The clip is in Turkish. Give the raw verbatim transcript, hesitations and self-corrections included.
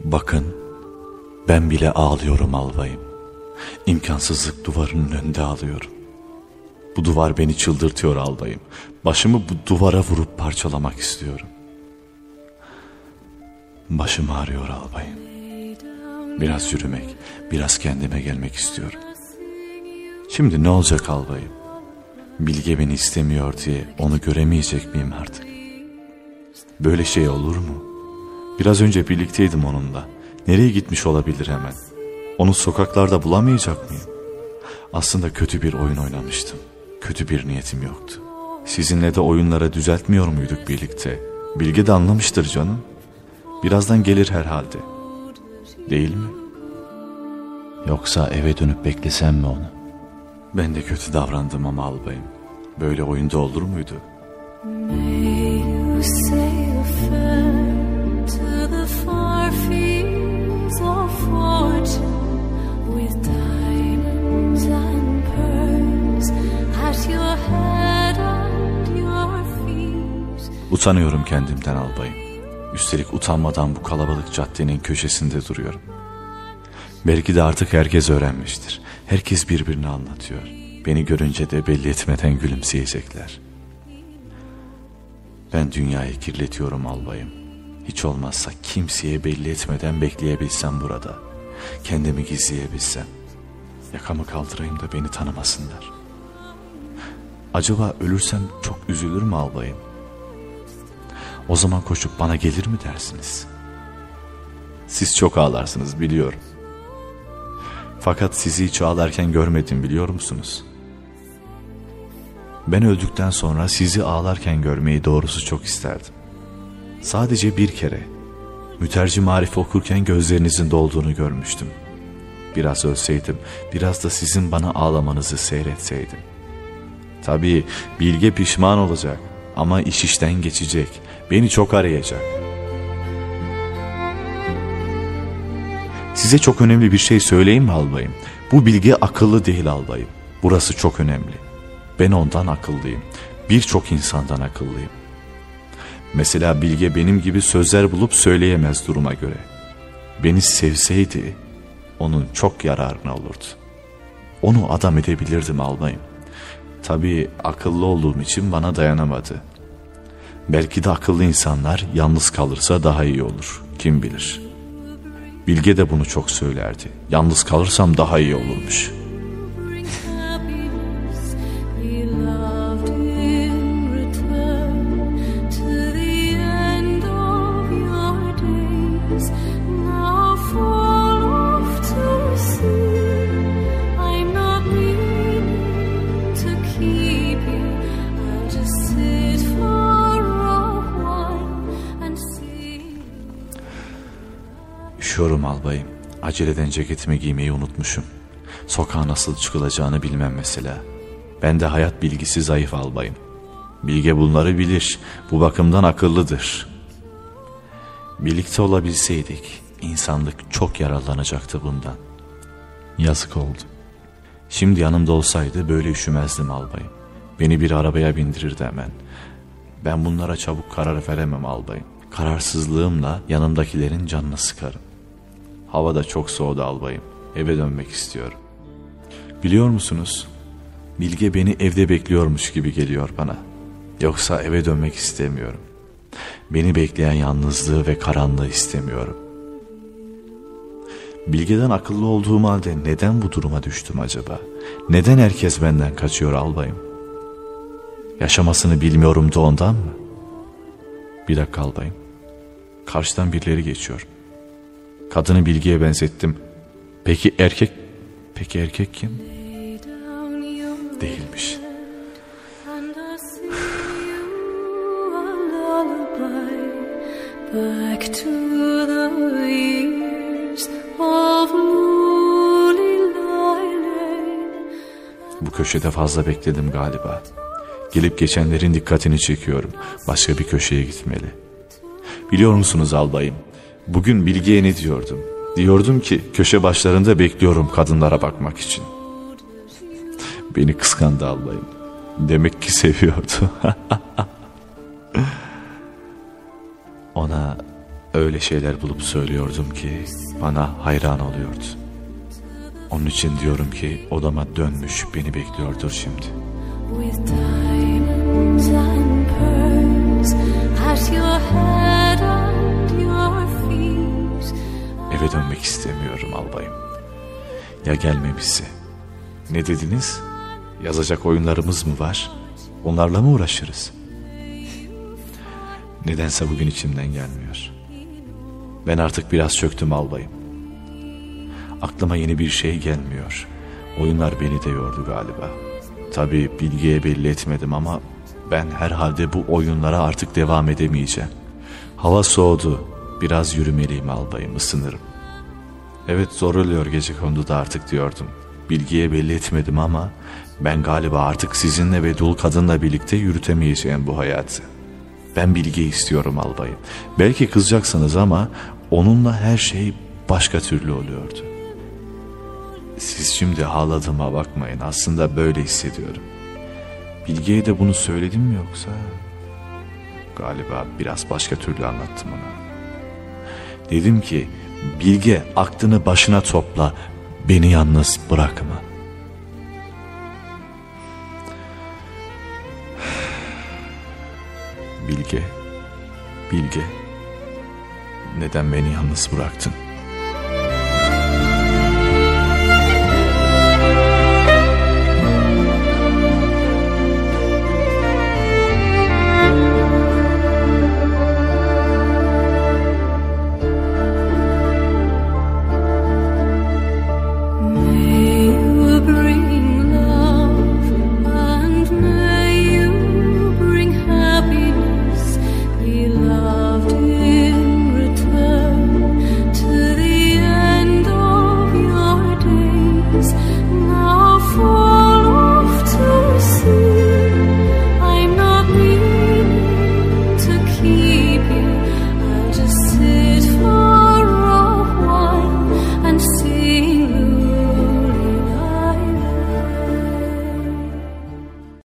Bakın, ben bile ağlıyorum albayım. İmkansızlık duvarının önünde ağlıyorum. Bu duvar beni çıldırtıyor albayım. Başımı bu duvara vurup parçalamak istiyorum. Başım ağrıyor albayım. Biraz yürümek, biraz kendime gelmek istiyorum. Şimdi ne olacak albayım? Bilge beni istemiyor diye onu göremeyecek miyim artık? Böyle şey olur mu? Biraz önce birlikteydim onunla. Nereye gitmiş olabilir hemen? Onu sokaklarda bulamayacak mıyım? Aslında kötü bir oyun oynamıştım. Kötü bir niyetim yoktu. Sizinle de oyunlara düzeltmiyor muyduk birlikte? Bilge de anlamıştır canım. Birazdan gelir herhalde. Değil mi? Yoksa eve dönüp beklesem mi onu? Ben de kötü davrandım ama albayım. Böyle oyunda olur muydu? Utanıyorum kendimden albayım. Üstelik utanmadan bu kalabalık caddenin köşesinde duruyorum. Belki de artık herkes öğrenmiştir. Herkes birbirini anlatıyor. Beni görünce de belli etmeden gülümseyecekler. Ben dünyayı kirletiyorum albayım. Hiç olmazsa kimseye belli etmeden bekleyebilsem burada. Kendimi gizleyebilsem. Yakamı kaldırayım da beni tanımasınlar. Acaba ölürsem çok üzülür mü albayım? O zaman koşup bana gelir mi dersiniz? Siz çok ağlarsınız biliyorum. Fakat sizi hiç ağlarken görmedim biliyor musunuz? Ben öldükten sonra sizi ağlarken görmeyi doğrusu çok isterdim. Sadece bir kere Mütercim Marif okurken gözlerinizin dolduğunu görmüştüm. Biraz ölseydim, biraz da sizin bana ağlamanızı seyretseydim. Tabii Bilge pişman olacak ama iş işten geçecek. Beni çok arayacak. Size çok önemli bir şey söyleyeyim mi albayım? Bu Bilge akıllı değil albayım. Burası çok önemli. Ben ondan akıllıyım. Birçok insandan akıllıyım. Mesela Bilge benim gibi sözler bulup söyleyemez duruma göre. Beni sevseydi onun çok yararına olurdu. Onu adam edebilirdim albayım. Tabii akıllı olduğum için bana dayanamadı. Belki de akıllı insanlar yalnız kalırsa daha iyi olur. Kim bilir. Bilge de bunu çok söylerdi. Yalnız kalırsam daha iyi olurmuş. Üşüyorum albayım. Aceleden ceketimi giymeyi unutmuşum. Sokağa nasıl çıkılacağını bilmem mesela. Ben de hayat bilgisi zayıf albayım. Bilge bunları bilir. Bu bakımdan akıllıdır. Birlikte olabilseydik insanlık çok yararlanacaktı bundan. Yazık oldu. Şimdi yanımda olsaydı böyle üşümezdim albayım. Beni bir arabaya bindirirdi hemen. Ben bunlara çabuk karar veremem albayım. Kararsızlığımla yanımdakilerin canını sıkarım. Hava da çok soğudu albayım. Eve dönmek istiyorum. Biliyor musunuz? Bilge beni evde bekliyormuş gibi geliyor bana. Yoksa eve dönmek istemiyorum. Beni bekleyen yalnızlığı ve karanlığı istemiyorum. Bilge'den akıllı olduğum halde neden bu duruma düştüm acaba? Neden herkes benden kaçıyor albayım? Yaşamasını bilmiyorum da ondan mı? Bir dakika albayım. Karşıdan birileri geçiyor. Kadını Bilge'ye benzettim. Peki erkek? Peki erkek kim? Değilmiş. Bu köşede fazla bekledim galiba. Gelip geçenlerin dikkatini çekiyorum. Başka bir köşeye gitmeli. Biliyor musunuz albayım? Bugün Bilge'ye ne diyordum? Diyordum ki köşe başlarında bekliyorum kadınlara bakmak için. Beni kıskandı albayım. Demek ki seviyordu. Ona öyle şeyler bulup söylüyordum ki bana hayran oluyordu. Onun için diyorum ki odama dönmüş beni bekliyordur şimdi. Eve dönmek istemiyorum albayım. Ya gelmemişse? Ne dediniz? Yazacak oyunlarımız mı var? Onlarla mı uğraşırız? Nedense bugün içimden gelmiyor. Ben artık biraz çöktüm albayım. Aklıma yeni bir şey gelmiyor. Oyunlar beni de yordu galiba. Tabii Bilge'ye belli etmedim ama ben herhalde bu oyunlara artık devam edemeyeceğim. Hava soğudu. Biraz yürümeliyim albayım, ısınırım. Evet, zor oluyor gecekonduda artık diyordum. Bilge'ye belli etmedim ama ben galiba artık sizinle ve dul kadınla birlikte yürütemeyeceğim bu hayatı. Ben Bilge istiyorum albayım. Belki kızacaksınız ama onunla her şey başka türlü oluyordu. Siz şimdi ağladığıma bakmayın, aslında böyle hissediyorum. Bilge'ye de bunu söyledim mi yoksa? Galiba biraz başka türlü anlattım ona. Dedim ki Bilge, aklını başına topla, beni yalnız bırakma. Bilge, Bilge, neden beni yalnız bıraktın?